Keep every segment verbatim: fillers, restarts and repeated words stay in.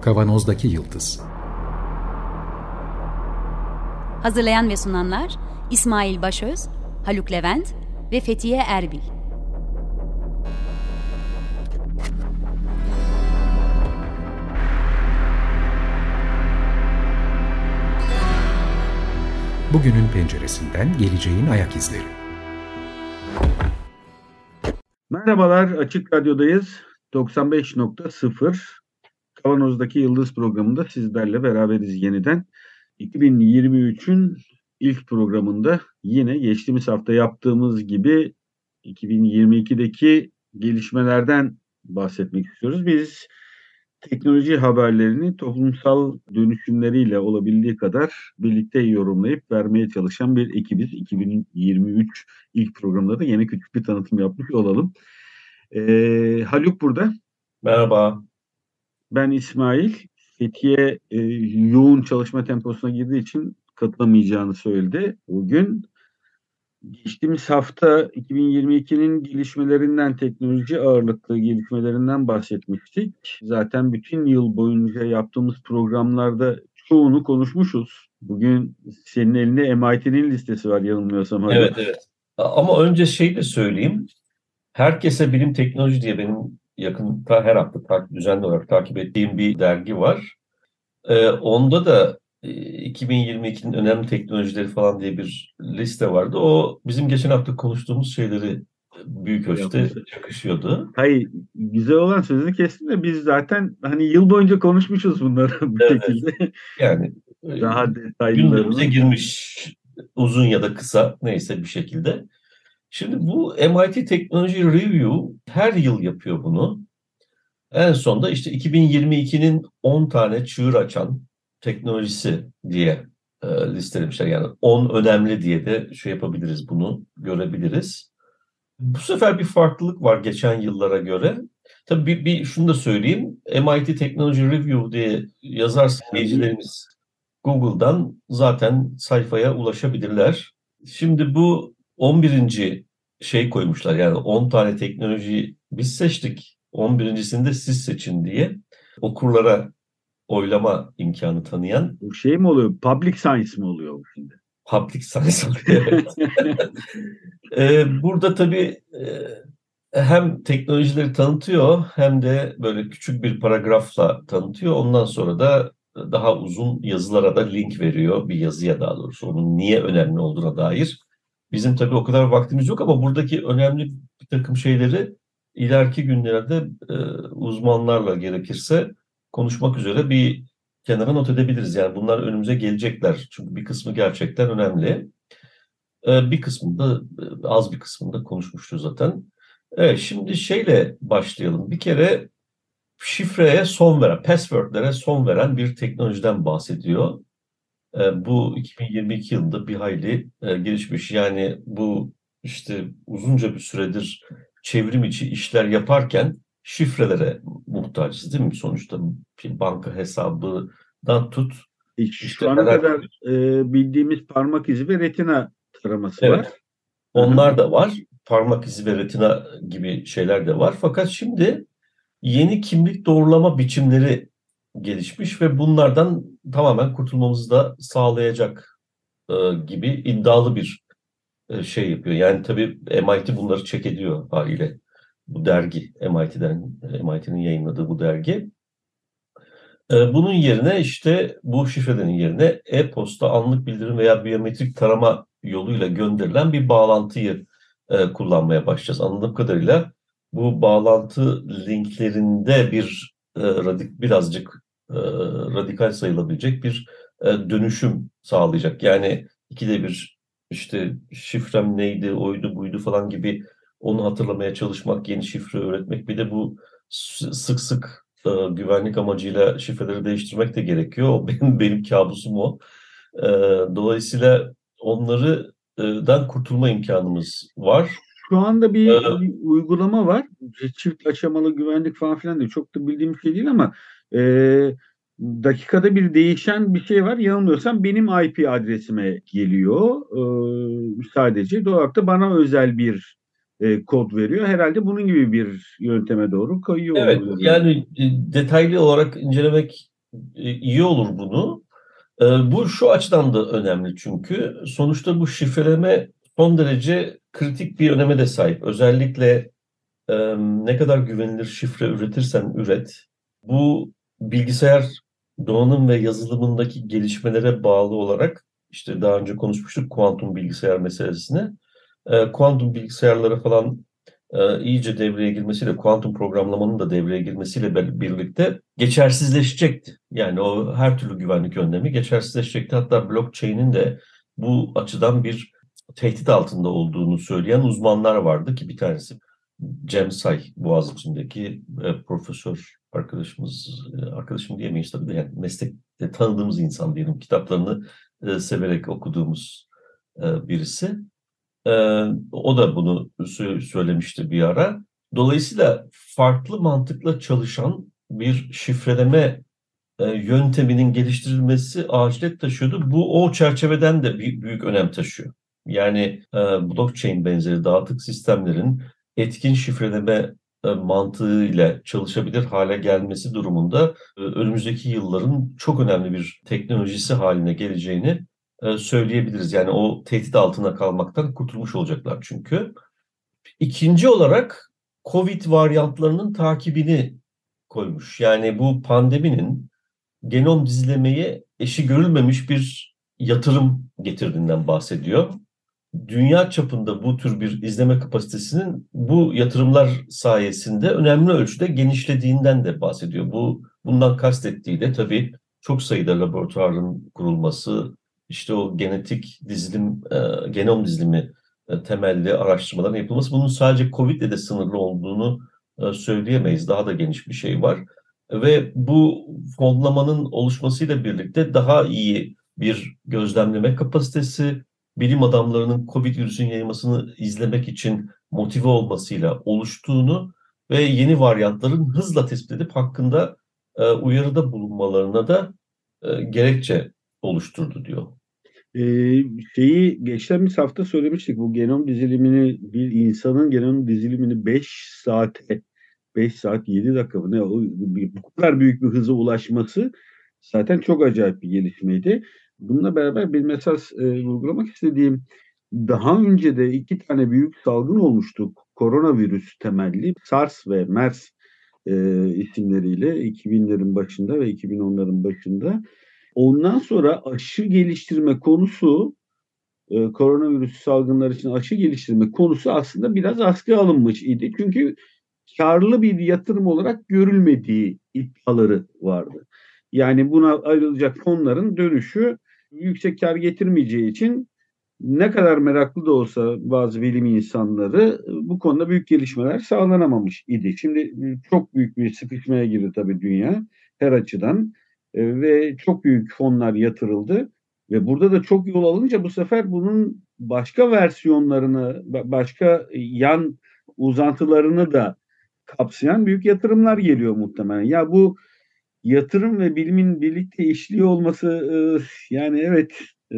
Kavanozdaki Yıldız. Hazırlayan ve sunanlar İsmail Başöz, Haluk Levent ve Fethiye Erbil. Bugünün penceresinden geleceğin ayak izleri. Merhabalar, Açık Radyo'dayız. doksan beş nokta sıfır Kavanoz'daki Yıldız programında sizlerle beraberiz yeniden. iki bin yirmi üçün ilk programında yine geçtiğimiz hafta yaptığımız gibi iki bin yirmi ikideki gelişmelerden bahsetmek istiyoruz. Biz teknoloji haberlerini toplumsal dönüşümleriyle olabildiği kadar birlikte yorumlayıp vermeye çalışan bir ekibiz. iki bin yirmi üç ilk programda da yine küçük bir tanıtım yapmış olalım. Ee, Haluk burada. Merhaba. Ben İsmail. Fethiye e, yoğun çalışma temposuna girdiği için katılamayacağını söyledi. Bugün geçtiğimiz hafta iki bin yirmi ikinin gelişmelerinden, teknoloji ağırlıklı gelişmelerinden bahsetmiştik. Zaten bütün yıl boyunca yaptığımız programlarda çoğunu konuşmuşuz. Bugün senin elinde M I T'nin listesi var yanılmıyorsam. Hadi. Evet, evet. Ama önce şey de söyleyeyim. Herkese Bilim Teknoloji diye benim yakında her hafta takip, düzenli olarak takip ettiğim bir dergi var. Ee, onda da e, iki bin yirmi ikinin önemli teknolojileri falan diye bir liste vardı. O bizim geçen hafta konuştuğumuz şeyleri büyük ölçüde yakışıyordu. Hayır, güzel olan sözünü kestim de biz zaten hani yıl boyunca konuşmuşuz bunları bu Evet, şekilde. Yani daha detaylılarını. gündemimize girmiş, uzun ya da kısa neyse bir şekilde. Şimdi bu M I T Technology Review her yıl yapıyor bunu. En sonunda işte iki bin yirmi ikinin on tane çığır açan teknolojisi diye e, listelemişler. Yani on önemli diye de şey yapabiliriz, bunu görebiliriz. Bu sefer bir farklılık var geçen yıllara göre. Tabii bir, bir şunu da söyleyeyim. M I T Technology Review diye yazarsa seyircilerimiz Google'dan zaten sayfaya ulaşabilirler. Şimdi bu on birinci şey koymuşlar, yani on tane teknolojiyi biz seçtik, on birincisini de siz seçin diye okurlara oylama imkanı tanıyan. Bu şey mi oluyor? Public Science mi oluyor bu şimdi? Public Science oluyor, evet. ee, burada tabii e, hem teknolojileri tanıtıyor hem de böyle küçük bir paragrafla tanıtıyor. Ondan sonra da daha uzun yazılara da link veriyor, bir yazıya daha doğrusu, onun niye önemli olduğuna dair. Bizim tabii o kadar vaktimiz yok ama buradaki önemli bir takım şeyleri ileriki günlerde e, uzmanlarla gerekirse konuşmak üzere bir kenara not edebiliriz. Yani bunlar önümüze gelecekler. Çünkü bir kısmı gerçekten önemli. E, bir kısmında, az bir kısmında konuşmuştuk zaten. Evet, şimdi şeyle başlayalım. Bir kere şifreye son veren, password'lere son veren bir teknolojiden bahsediyor. E, bu iki bin yirmi iki yılında bir hayli e, gelişmiş. Yani bu işte uzunca bir süredir çevrim içi işler yaparken şifrelere muhtacız değil mi? Sonuçta bir banka hesabından tut. E, işte şu ana herhalde... kadar e, bildiğimiz parmak izi ve retina taraması evet, var. Onlar da var. Parmak izi ve retina gibi şeyler de var. Fakat şimdi yeni kimlik doğrulama biçimleri gelişmiş ve bunlardan tamamen kurtulmamızı da sağlayacak e, gibi iddialı bir e, şey yapıyor. Yani tabii M I T bunları check ediyor haliyle. Bu dergi, M I T'den, M I T'nin yayınladığı bu dergi. E, bunun yerine işte bu şifrelerin yerine e-posta, anlık bildirim veya biyometrik tarama yoluyla gönderilen bir bağlantıyı e, kullanmaya başlayacağız. Anladığım kadarıyla bu bağlantı linklerinde bir e, radik, birazcık e, radikal sayılabilecek bir e, dönüşüm sağlayacak. Yani ikide bir işte şifrem neydi, oydu, buydu falan gibi onu hatırlamaya çalışmak, yeni şifre öğretmek. Bir de bu sık sık e, güvenlik amacıyla şifreleri değiştirmek de gerekiyor. O benim benim kabusum o. E, dolayısıyla onlardan kurtulma imkanımız var. Şu anda bir Ee, uygulama var. Çift aşamalı güvenlik falan filan diye çok da bildiğim bir şey değil ama e, dakikada bir değişen bir şey var. Yanılmıyorsam benim I P adresime geliyor. E, sadece doğal da bana özel bir e, kod veriyor. Herhalde bunun gibi bir yönteme doğru kayıyor Evet, olabilir. yani e, detaylı olarak incelemek e, iyi olur bunu. E, bu şu açıdan da önemli çünkü sonuçta bu şifreleme son derece kritik bir öneme de sahip. Özellikle e, ne kadar güvenilir şifre üretirsen üret, bu bilgisayar donanım ve yazılımındaki gelişmelere bağlı olarak işte daha önce konuşmuştuk kuantum bilgisayar meselesini. E, kuantum bilgisayarlara falan e, iyice devreye girmesiyle, kuantum programlamanın da devreye girmesiyle be- birlikte geçersizleşecekti. Yani o her türlü güvenlik önlemi geçersizleşecekti. Hatta blockchain'in de bu açıdan bir tehdit altında olduğunu söyleyen uzmanlar vardı ki bir tanesi Cem Say, Boğaziçi'ndeki e, profesör arkadaşımız, e, arkadaşım diyemeyiz tabii de yani meslekte tanıdığımız insan diyelim, kitaplarını e, severek okuduğumuz e, birisi. E, O da bunu sö- söylemişti bir ara. Dolayısıyla farklı mantıkla çalışan bir şifreleme e, yönteminin geliştirilmesi acilet taşıyordu. Bu o çerçeveden de bir büyük önem taşıyor. Yani e, blockchain benzeri dağıtık sistemlerin etkin şifreleme e, mantığıyla çalışabilir hale gelmesi durumunda e, önümüzdeki yılların çok önemli bir teknolojisi haline geleceğini e, söyleyebiliriz. Yani o tehdit altına kalmaktan kurtulmuş olacaklar çünkü. İkinci olarak Covid varyantlarının takibini koymuş. Yani bu pandeminin genom dizilemeye eşi görülmemiş bir yatırım getirdiğinden bahsediyor. Dünya çapında bu tür bir izleme kapasitesinin bu yatırımlar sayesinde önemli ölçüde genişlediğinden de bahsediyor. Bu bundan kastettiği de tabii çok sayıda laboratuvarın kurulması, işte o genetik dizilim, e, genom dizilimi e, temelli araştırmaların yapılması. Bunun sadece Covid ile de sınırlı olduğunu e, söyleyemeyiz. Daha da geniş bir şey var. Ve bu fonlamanın oluşmasıyla birlikte daha iyi bir gözlemleme kapasitesi, bilim adamlarının Covid virüsün yayılmasını izlemek için motive olmasıyla oluştuğunu ve yeni varyantların hızla tespit edip hakkında e, uyarıda bulunmalarına da e, gerekçe oluşturdu diyor. Ee, şeyi geçtiğimiz hafta söylemiştik. Bu genom dizilimini, bir insanın genom dizilimini beş saate, beş saat yedi dakika mı ne, o, bu kadar büyük bir hıza ulaşması zaten çok acayip bir gelişmeydi. Bununla beraber bir mesaj e, vurgulamak istediğim, daha önce de iki tane büyük salgın olmuştu. Koronavirüs temelli SARS ve MERS e, isimleriyle iki binlerin başında ve iki bin onların başında. Ondan sonra aşı geliştirme konusu, e, koronavirüs salgınları için aşı geliştirme konusu aslında biraz askıya alınmış idi. Çünkü karlı bir yatırım olarak görülmediği iddiaları vardı. Yani buna ayrılacak fonların dönüşü yüksek kar getirmeyeceği için ne kadar meraklı da olsa bazı bilim insanları bu konuda büyük gelişmeler sağlanamamış idi. Şimdi çok büyük bir sıkışmaya girdi tabii dünya her açıdan. E, ve çok büyük fonlar yatırıldı ve burada da çok yol alınca bu sefer bunun başka versiyonlarını, başka yan uzantılarını da kapsayan büyük yatırımlar geliyor muhtemelen. Ya bu yatırım ve bilimin birlikte işliyor olması, e, yani evet, e,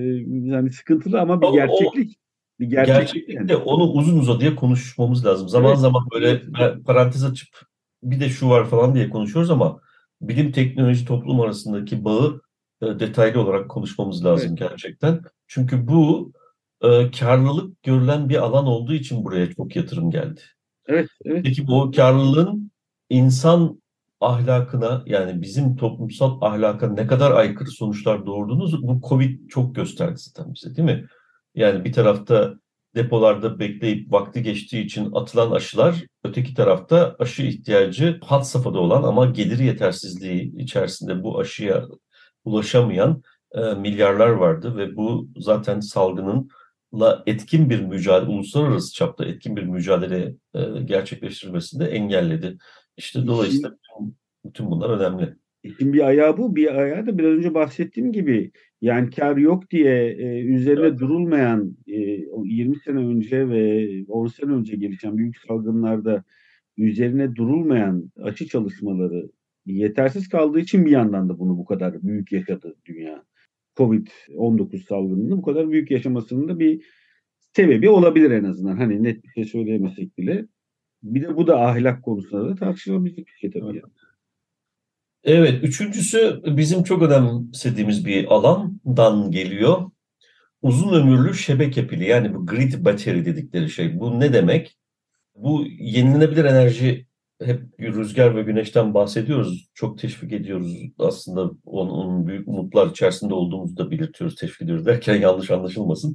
yani sıkıntılı ama bir O, o gerçeklik. Bir gerçeklik yani. gerçeklikte onu uzun uzadıya konuşmamız lazım. Zaman Evet, zaman böyle evet. ben parantez açıp bir de şu var falan diye konuşuyoruz ama bilim teknoloji toplum arasındaki bağı e, detaylı olarak konuşmamız lazım Evet, gerçekten. Çünkü bu e, karlılık görülen bir alan olduğu için buraya çok yatırım geldi. evet, evet. Peki bu karlılığın insan ahlakına yani bizim toplumsal ahlaka ne kadar aykırı sonuçlar doğurduğunu bu Covid çok gösterdi zaten bize, değil mi? Yani bir tarafta depolarda bekleyip vakti geçtiği için atılan aşılar, öteki tarafta aşı ihtiyacı had safhada olan ama gelir yetersizliği içerisinde bu aşıya ulaşamayan e, milyarlar vardı ve bu zaten salgınınla etkin bir mücadele, uluslararası çapta etkin bir mücadele e, gerçekleştirmesini de engelledi. İşte İşin, dolayısıyla bütün, bütün bunlar önemli. işin bir ayağı bu, bir ayağı da biraz önce bahsettiğim gibi, yani kar yok diye e, üzerine Evet. durulmayan, e, o yirmi sene önce ve on sene önce gelişen büyük salgınlarda üzerine durulmayan aşı çalışmaları yetersiz kaldığı için bir yandan da bunu bu kadar büyük yaşadı dünya. Covid on dokuz salgınını bu kadar büyük yaşamasının da bir sebebi olabilir en azından. Hani net bir şey söyleyemesek bile. Bir de bu da ahlak konusunda da tartışılabilecek bir şey tabii. Evet. Yani. Evet, üçüncüsü bizim çok önemsediğimiz bir alandan geliyor. Uzun ömürlü şebeke pili, yani bu grid battery dedikleri şey. Bu ne demek? Bu yenilenebilir enerji, hep rüzgar ve güneşten bahsediyoruz. Çok teşvik ediyoruz. Aslında onun, onun büyük umutlar içerisinde olduğumuzu da belirtiyoruz. Teşvik ediyoruz derken yanlış anlaşılmasın.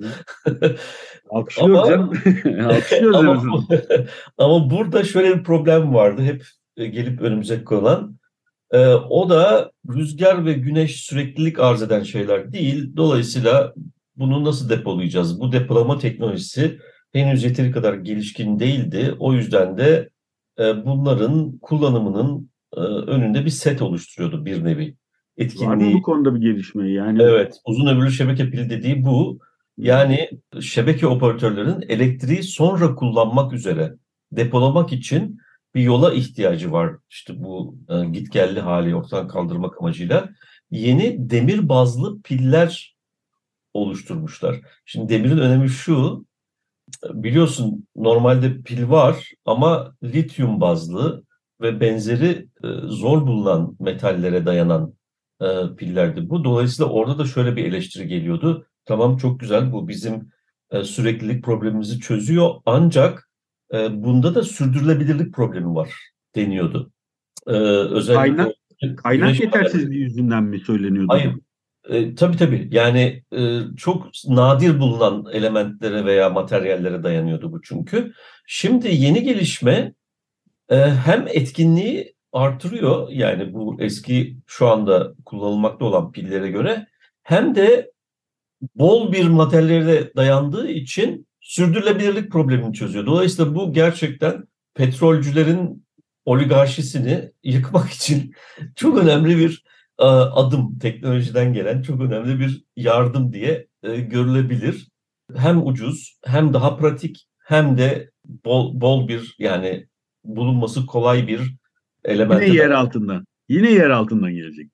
Alkışlıyoruz Ama canım. Alkışlıyoruz en ama azından. ama burada şöyle bir problem vardı. Hep e, gelip önümüze konan. Ee, o da rüzgar ve güneş süreklilik arz eden şeyler değil. Dolayısıyla bunu nasıl depolayacağız? Bu depolama teknolojisi henüz yeteri kadar gelişkin değildi. O yüzden de e, bunların kullanımının e, önünde bir set oluşturuyordu bir nevi. Var mı bu Etkinliği, konuda bir gelişme? Yani evet, uzun ömürlü şebeke pili dediği bu. Yani şebeke operatörlerinin elektriği sonra kullanmak üzere depolamak için bir yola ihtiyacı var. İşte bu e, gitgelli hali ortadan kaldırmak amacıyla yeni demir bazlı piller oluşturmuşlar. Şimdi demirin önemi şu, biliyorsun normalde pil var ama lityum bazlı ve benzeri e, zor bulunan metallere dayanan e, pillerdi bu. Dolayısıyla orada da şöyle bir eleştiri geliyordu. Tamam, çok güzel, bu bizim e, süreklilik problemimizi çözüyor, ancak e, bunda da sürdürülebilirlik problemi var deniyordu. E, özellikle kaynak kaynak güneş panelleri. yetersizliği yüzünden mi söyleniyordu Hayır. bu? E, tabii tabii. Yani e, çok nadir bulunan elementlere veya materyallere dayanıyordu bu çünkü. Şimdi yeni gelişme e, hem etkinliği artırıyor, yani bu eski şu anda kullanılmakta olan pillere göre, hem de bol bir materyale dayandığı için sürdürülebilirlik problemini çözüyor. Dolayısıyla bu gerçekten petrolcülerin oligarşisini yıkmak için çok önemli bir e, adım, teknolojiden gelen çok önemli bir yardım diye e, görülebilir. Hem ucuz, hem daha pratik, hem de bol, bol bir, yani bulunması kolay bir Yine elemente yer dayanıyor. altından. Yine yer altından gelecek.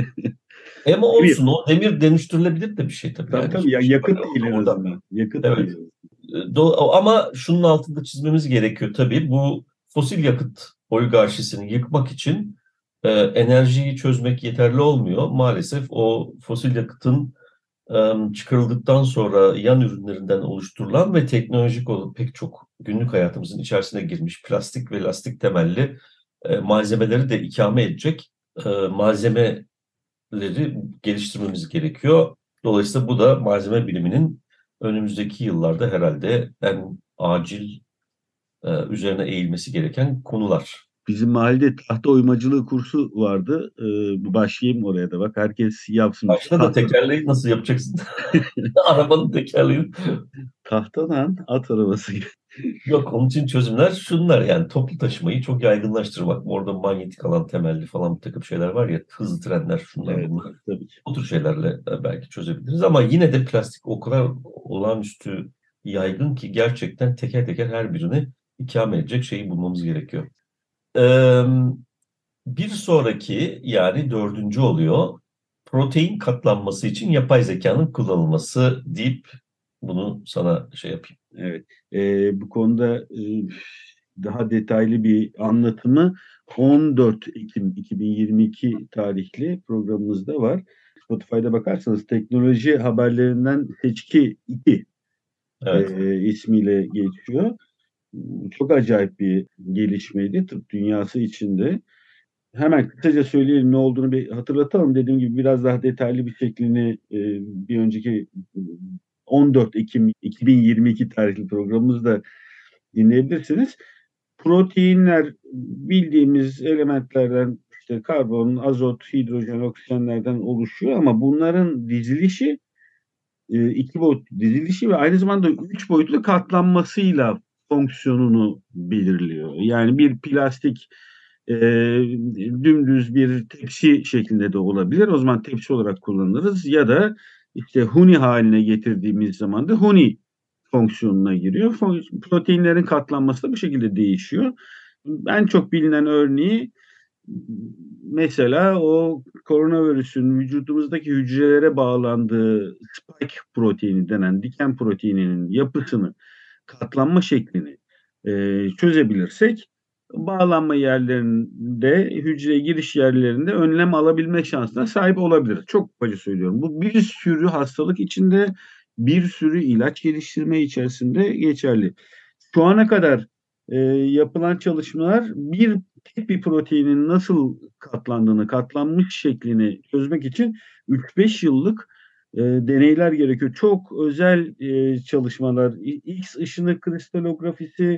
Ama Demir. olsun, o demir dönüştürülebilir de bir şey tabii, Tabii yani. tabii ya, Sonuçta yakıt değil en orada. azından. Yakıt Evet. değil. Do- Ama şunun altında çizmemiz gerekiyor tabii. Bu fosil yakıt oligarşisini yıkmak için e, enerjiyi çözmek yeterli olmuyor. Maalesef o fosil yakıtın e, çıkarıldıktan sonra yan ürünlerinden oluşturulan ve teknolojik olup pek çok günlük hayatımızın içerisine girmiş plastik ve lastik temelli e, malzemeleri de ikame edecek e, malzemeleri geliştirmemiz gerekiyor. Dolayısıyla bu da malzeme biliminin önümüzdeki yıllarda herhalde en acil e, üzerine eğilmesi gereken konular. Bizim mahallede tahta oymacılığı kursu vardı. Ee, başlayayım oraya da bak. Herkes yapsın. Biz Başta da tahta, tekerleği nasıl yapacaksın? Arabanın tekerleği. tahtadan at arabası. Yok, onun için çözümler şunlar, yani toplu taşımayı çok yaygınlaştırmak. Orada manyetik alan temelli falan bir takım şeyler var ya, hızlı trenler, şunlar Evet, bunlar. tabii ki. O tür şeylerle e, belki çözebiliriz ama yine de plastik o kadar olağanüstü yaygın ki gerçekten teker teker her birini ikame edecek şeyi bulmamız gerekiyor. Ee, Bir sonraki, yani dördüncü oluyor. Protein katlanması için yapay zekanın kullanılması deyip bunu sana şey yapayım. Evet. Ee, bu konuda e, daha detaylı bir anlatımı on dört Ekim iki bin yirmi iki tarihli programımızda var. Spotify'da bakarsanız teknoloji haberlerinden seçki iki Evet. e, ismiyle geçiyor. Çok acayip bir gelişmeydi tıp dünyası içinde. Hemen kısaca söyleyelim, ne olduğunu bir hatırlatalım. Dediğim gibi biraz daha detaylı bir şeklini e, bir önceki on dört Ekim iki bin yirmi iki tarihli programımızda dinleyebilirsiniz. Proteinler bildiğimiz elementlerden, işte karbon, azot, hidrojen, oksijenlerden oluşuyor ama bunların dizilişi e, iki boyutlu dizilişi ve aynı zamanda üç boyutlu katlanmasıyla fonksiyonunu belirliyor. Yani bir plastik e, dümdüz bir tepsi şeklinde de olabilir. O zaman tepsi olarak kullanırız ya da işte huni haline getirdiğimiz zaman da huni fonksiyonuna giriyor. Proteinlerin katlanması da bu şekilde değişiyor. En çok bilinen örneği mesela o koronavirüsün vücudumuzdaki hücrelere bağlandığı spike proteini denen diken proteininin yapısını, katlanma şeklini e, çözebilirsek bağlanma yerlerinde, hücreye giriş yerlerinde önlem alabilme şansına sahip olabilir. Çok acı söylüyorum. Bu bir sürü hastalık içinde, bir sürü ilaç geliştirme içerisinde geçerli. Şu ana kadar e, yapılan çalışmalar bir tek bir proteinin nasıl katlandığını, katlanmış şeklini çözmek için üç beş yıllık e, deneyler gerekiyor. Çok özel e, çalışmalar, X ışını kristalografisi,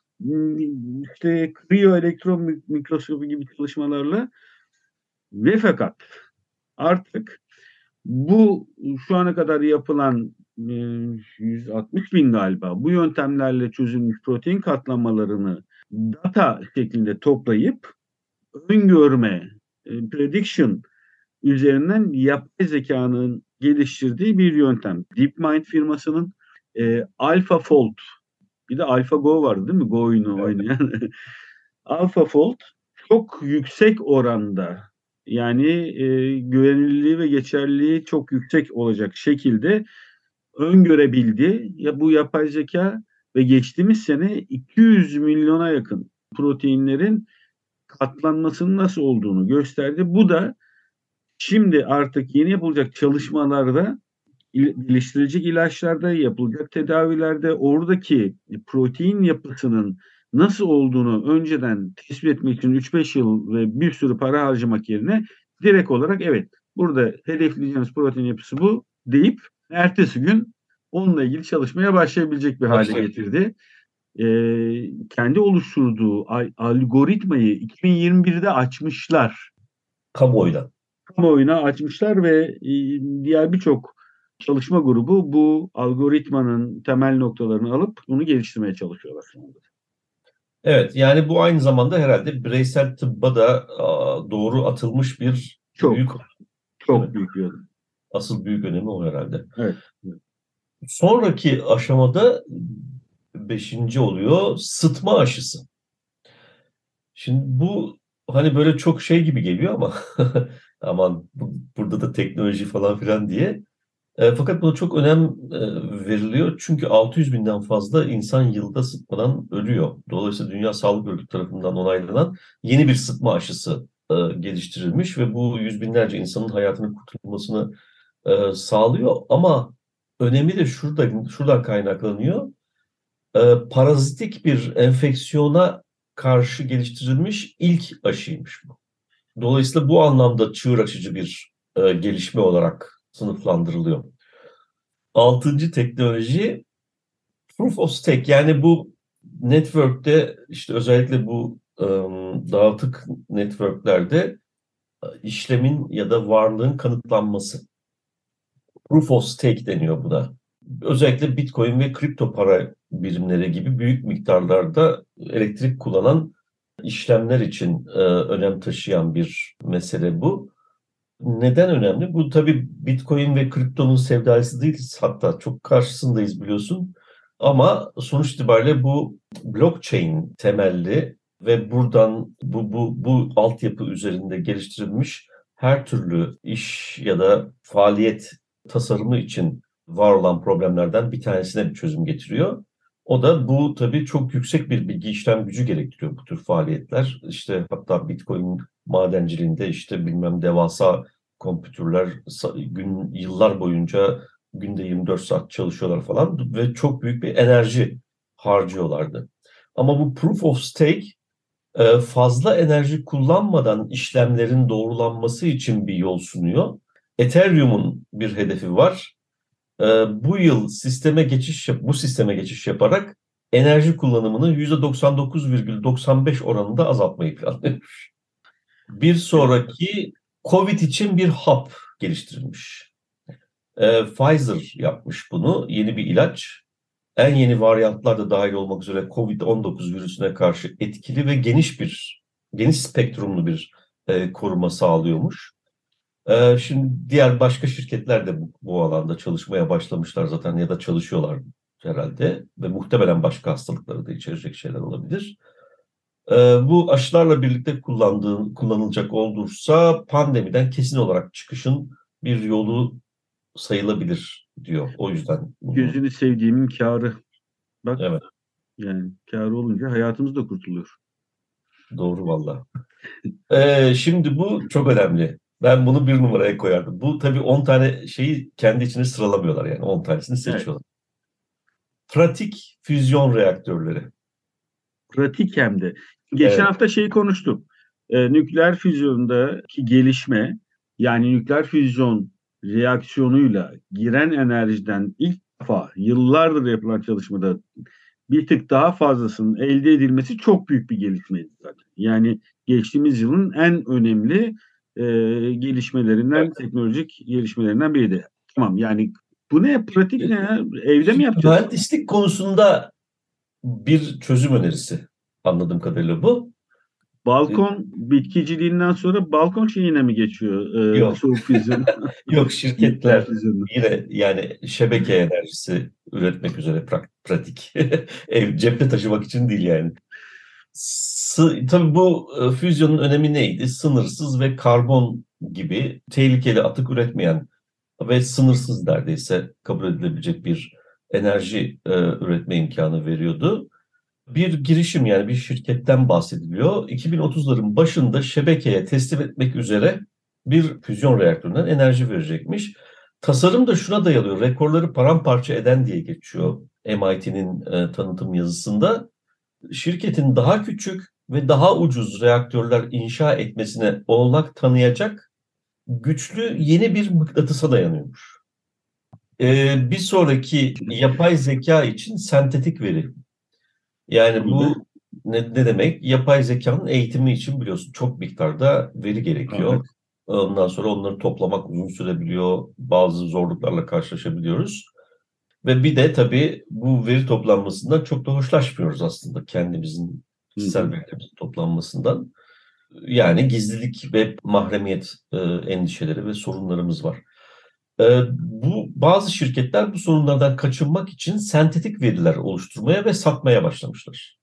işte kriyo elektron mikroskobu gibi çalışmalarla ve fakat artık bu şu ana kadar yapılan e, yüz altmış bin galiba bu yöntemlerle çözülmüş protein katlanmalarını data şeklinde toplayıp öngörme, e, prediction üzerinden yapay zekanın geliştirdiği bir yöntem. DeepMind firmasının e, AlphaFold, bir de AlphaGo vardı değil mi? Go oyunu oynayan. AlphaFold çok yüksek oranda, yani e, güvenilirliği ve geçerliliği çok yüksek olacak şekilde öngörebildi. Ya bu yapay zeka ve geçtiğimiz sene iki yüz milyona yakın proteinlerin katlanmasının nasıl olduğunu gösterdi. Bu da şimdi artık yeni yapılacak çalışmalarda, geliştirilecek ilaçlarda, yapılacak tedavilerde oradaki protein yapısının nasıl olduğunu önceden tespit etmek için üç beş yıl ve bir sürü para harcamak yerine direkt olarak evet burada hedefleyeceğimiz protein yapısı bu deyip ertesi gün onunla ilgili çalışmaya başlayabilecek bir hale getirdi. Ee, kendi oluşturduğu algoritmayı iki bin yirmi birde açmışlar. Kamuoyuna. Kamuoyuna açmışlar ve diğer birçok çalışma grubu bu algoritmanın temel noktalarını alıp bunu geliştirmeye çalışıyorlar şu anda. Evet, yani bu aynı zamanda herhalde bireysel tıbba da doğru atılmış bir çok, büyük çok büyük bir adım. Asıl büyük önemi o herhalde. Evet, evet. Sonraki aşamada beşinci oluyor sıtma aşısı. Şimdi bu hani böyle çok şey gibi geliyor ama aman bu, burada da teknoloji falan filan diye. E, fakat buna çok önem e, veriliyor. Çünkü altı yüz binden fazla insan yılda sıtmadan ölüyor. Dolayısıyla Dünya Sağlık Örgütü tarafından onaylanan yeni bir sıtma aşısı e, geliştirilmiş ve bu yüz binlerce insanın hayatının kurtulmasını e, sağlıyor. Ama önemi de şurada, şuradan kaynaklanıyor. E, parazitik bir enfeksiyona karşı geliştirilmiş ilk aşıymış bu. Dolayısıyla bu anlamda çığır açıcı bir e, gelişme olarak sınıflandırılıyor. Altıncı teknoloji Proof of Stake, yani bu network'te işte özellikle bu um, dağıtık network'lerde işlemin ya da varlığın kanıtlanması. Proof of Stake deniyor buna. Özellikle Bitcoin ve kripto para birimleri gibi büyük miktarlarda elektrik kullanan işlemler için e, önem taşıyan bir mesele bu. Neden önemli? Bu tabii Bitcoin ve kriptonun sevdalısı değiliz, hatta çok karşısındayız biliyorsun. Ama sonuç itibariyle bu blockchain temelli ve buradan bu, bu, bu altyapı üzerinde geliştirilmiş her türlü iş ya da faaliyet tasarımı için var olan problemlerden bir tanesine bir çözüm getiriyor. O da bu tabii çok yüksek bir bilgi işlem gücü gerektiriyor bu tür faaliyetler. İşte hatta Bitcoin madenciliğinde işte bilmem devasa kompütürler gün yıllar boyunca günde yirmi dört saat çalışıyorlar falan ve çok büyük bir enerji harcıyorlardı. Ama bu Proof of Stake fazla enerji kullanmadan işlemlerin doğrulanması için bir yol sunuyor. Ethereum'un bir hedefi var. Bu yıl sisteme geçiş bu sisteme geçiş yaparak enerji kullanımını yüzde doksan dokuz virgül doksan beş oranında azaltmayı planlıyor. Bir sonraki Covid için bir hap geliştirilmiş. E, Pfizer yapmış bunu, yeni bir ilaç. En yeni varyantlar da dahil olmak üzere Covid on dokuz virüsüne karşı etkili ve geniş bir, geniş spektrumlu bir e, koruma sağlıyormuş. E, şimdi diğer başka şirketler de bu, bu alanda çalışmaya başlamışlar zaten ya da çalışıyorlar herhalde ve muhtemelen başka hastalıkları da içerecek şeyler olabilir. Bu aşılarla birlikte kullandığın, kullanılacak olursa pandemiden kesin olarak çıkışın bir yolu sayılabilir diyor. O yüzden. Gözünü sevdiğimin kârı. Bak, evet. Yani kârı olunca hayatımız da kurtuluyor. Doğru valla. Ee, şimdi bu çok önemli. Ben bunu bir numaraya koyardım. Bu tabii on tane şeyi kendi içine sıralamıyorlar yani. on tanesini seçiyorlar. Evet. Pratik füzyon reaktörleri. Pratik hem de. Geçen evet. hafta şeyi konuştuk. Ee, nükleer füzyondaki gelişme, yani nükleer füzyon reaksiyonuyla giren enerjiden ilk defa yıllardır yapılan çalışmada bir tık daha fazlasının elde edilmesi çok büyük bir gelişmeydi zaten. Yani geçtiğimiz yılın en önemli e, gelişmelerinden, evet. teknolojik gelişmelerinden biriydi. Tamam, yani bu ne? Pratik ne ya? Evde mi yapacağız? Mühendislik konusunda bir çözüm önerisi anladığım kadarıyla bu. Balkon bitkiciliğinden sonra balkon şeyine mi geçiyor? E, Yok. Soğuk füzyon. Yok, şirketler yine yani şebeke enerjisi üretmek üzere pra- pratik. Ev, cepte taşımak için değil yani. S- tabii bu e, füzyonun önemi neydi? Sınırsız ve karbon gibi tehlikeli atık üretmeyen ve sınırsız neredeyse kabul edilebilecek bir enerji e, üretme imkanı veriyordu. Bir girişim, yani bir şirketten bahsediliyor. iki bin otuzların başında şebekeye teslim etmek üzere bir füzyon reaktöründen enerji verecekmiş. Tasarım da şuna dayanıyor. Rekorları paramparça eden diye geçiyor M I T'nin e, tanıtım yazısında. Şirketin daha küçük ve daha ucuz reaktörler inşa etmesine olanak tanıyacak güçlü yeni bir mıknatısa dayanıyormuş. E, bir sonraki yapay zeka için sentetik veri. Yani bu ne, ne demek? Yapay zekanın eğitimi için biliyorsun çok miktarda veri gerekiyor. Evet. Ondan sonra onları toplamak uzun sürebiliyor. Bazı zorluklarla karşılaşabiliyoruz. Ve bir de tabii bu veri toplanmasından çok da hoşlaşmıyoruz aslında, kendimizin kişisel verilerimizin toplanmasından. Yani gizlilik ve mahremiyet e, endişeleri ve sorunlarımız var. E, bu bazı şirketler bu sorunlardan kaçınmak için sentetik veriler oluşturmaya ve satmaya başlamışlar.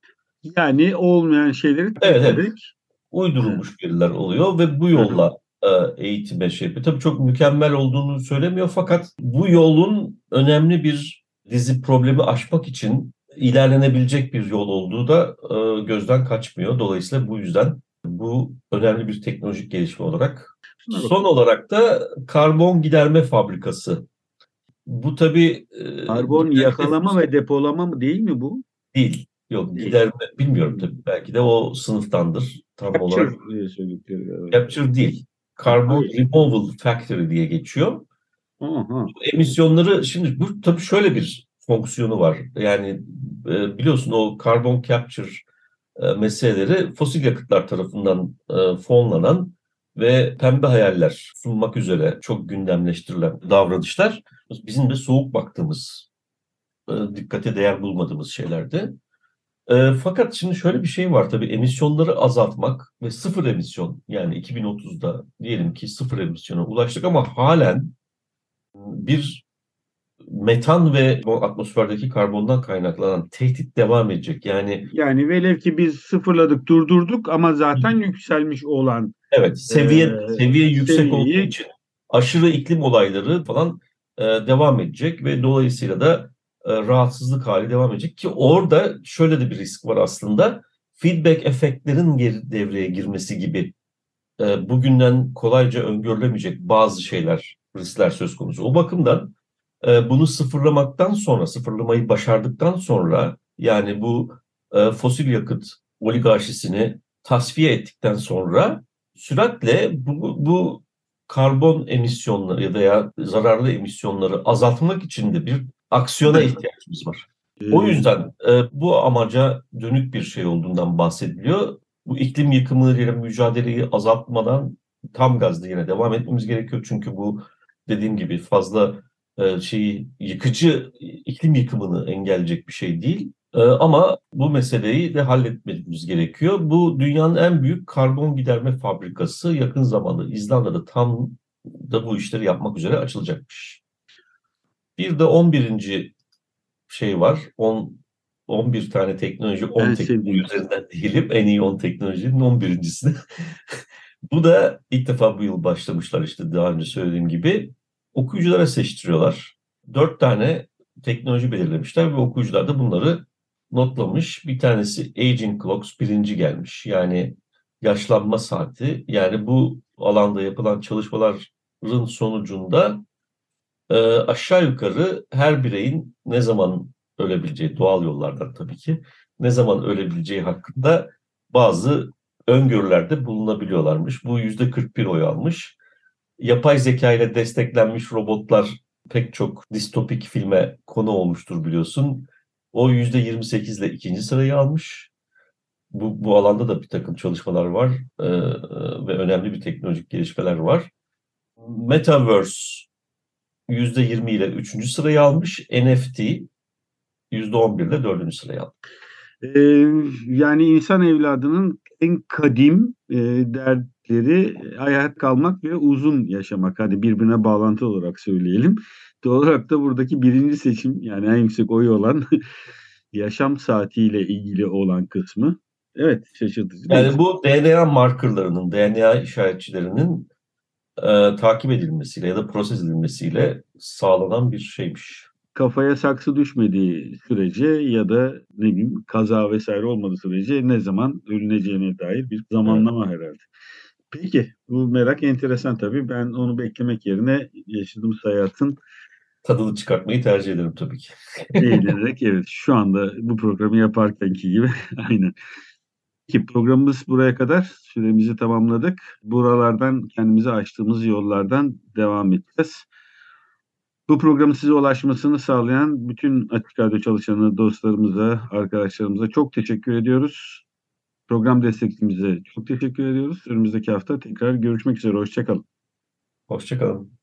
Yani olmayan şeyleri evet, evet. uydurulmuş evet. veriler oluyor ve bu yolla e, eğitime şey yapıyor. Tabii çok mükemmel olduğunu söylemiyor, fakat bu yolun önemli bir dizi problemi aşmak için ilerlenebilecek bir yol olduğu da e, gözden kaçmıyor. Dolayısıyla bu yüzden bu önemli bir teknolojik gelişme olarak. Son olarak da karbon giderme fabrikası. Bu tabii... Karbon e, yakalama ve depolama mı değil mi bu? Değil. Yok, değil. Giderme bilmiyorum tabii. Belki de o sınıftandır. Tam Capture olarak. Diye söyledikleri. Capture değil. Carbon Removal Factory diye geçiyor. Aha. Emisyonları, şimdi bu tabii şöyle bir fonksiyonu var. Yani e, biliyorsun o carbon capture e, meseleleri fosil yakıtlar tarafından e, fonlanan ve pembe hayaller sunmak üzere çok gündemleştirilen davranışlar. Bizim de soğuk baktığımız, e, dikkate değer bulmadığımız şeylerdi. E, fakat şimdi şöyle bir şey var tabii, emisyonları azaltmak ve sıfır emisyon, yani iki bin otuzda diyelim ki sıfır emisyona ulaştık ama halen bir metan ve atmosferdeki karbondan kaynaklanan tehdit devam edecek. Yani yani velev ki biz sıfırladık, durdurduk ama zaten yükselmiş olan evet seviye e, seviye yüksek seviyeyi... olduğu için aşırı iklim olayları falan e, devam edecek ve dolayısıyla da e, rahatsızlık hali devam edecek ki orada şöyle de bir risk var aslında. Feedback efektlerin geri, devreye girmesi gibi e, bugünden kolayca öngörülemeyecek bazı şeyler, riskler söz konusu. O bakımdan e, bunu sıfırlamaktan sonra, sıfırlamayı başardıktan sonra, yani bu e, fosil yakıt oligarşisini tasfiye ettikten sonra süratle bu, bu karbon emisyonları ya da ya zararlı emisyonları azaltmak için de bir aksiyona ihtiyacımız var. O yüzden e, bu amaca dönük bir şey olduğundan bahsediliyor. Bu iklim yıkımıyla mücadeleyi azaltmadan tam gazla yine devam etmemiz gerekiyor. Çünkü bu dediğim gibi fazla e, şeyi yıkıcı iklim yıkımını engelleyecek bir şey değil. E, ama bu meseleyi de halletmemiz gerekiyor. Bu dünyanın en büyük karbon giderme fabrikası yakın zamanda İzlanda'da tam da bu işleri yapmak üzere açılacakmış. Bir de on birinci şey var. on on bir tane teknoloji, on teknoloji üzerinden diyelim. En iyi on teknolojinin on birincisini. Bu da ilk defa bu yıl başlamışlar, işte daha önce söylediğim gibi. Okuyuculara seçtiriyorlar. Dört tane teknoloji belirlemişler ve okuyucular da bunları notlamış. Bir tanesi Aging Clocks birinci gelmiş. Yani yaşlanma saati. Yani bu alanda yapılan çalışmaların sonucunda e, aşağı yukarı her bireyin ne zaman ölebileceği, doğal yollardan tabii ki, ne zaman ölebileceği hakkında bazı öngörülerde bulunabiliyorlarmış. Bu yüzde kırk bir oy almış. Yapay zeka ile desteklenmiş robotlar pek çok distopik filme konu olmuştur biliyorsun. O yüzde yirmi sekiz ile ikinci sırayı almış. Bu, bu alanda da bir takım çalışmalar var e, e, ve önemli bir teknolojik gelişmeler var. Metaverse yüzde yirmi ile üçüncü sırayı almış. N F T yüzde on bir ile dördüncü sırayı almış. Ee, yani insan evladının en kadim e, dertleri hayatta kalmak ve uzun yaşamak. Hadi birbirine bağlantı olarak söyleyelim. Doğal olarak da buradaki birinci seçim, yani en yüksek oy olan yaşam saatiyle ilgili olan kısmı. Evet, şaşırtıcı değil. Yani bu D N A markerlarının, D N A işaretçilerinin e, takip edilmesiyle ya da proses edilmesiyle sağlanan bir şeymiş. Kafaya saksı düşmediği sürece ya da ne bileyim kaza vesaire olmadığı sürece ne zaman ölüneceğine dair bir zamanlama evet. herhalde. Peki, bu merak enteresan tabii. Ben onu beklemek yerine yaşadığımız hayatın tadını çıkartmayı tercih ederim tabii ki. eğlenerek, evet, şu anda bu programı yaparkenki gibi aynen. Ki programımız buraya kadar, süremizi tamamladık. Buralardan kendimize açtığımız yollardan devam edeceğiz. Bu programın size ulaşmasını sağlayan bütün Açık Radyo çalışanı dostlarımıza, arkadaşlarımıza çok teşekkür ediyoruz. Program destekçimize çok teşekkür ediyoruz. Önümüzdeki hafta tekrar görüşmek üzere. Hoşça kalın. Hoşça kalın.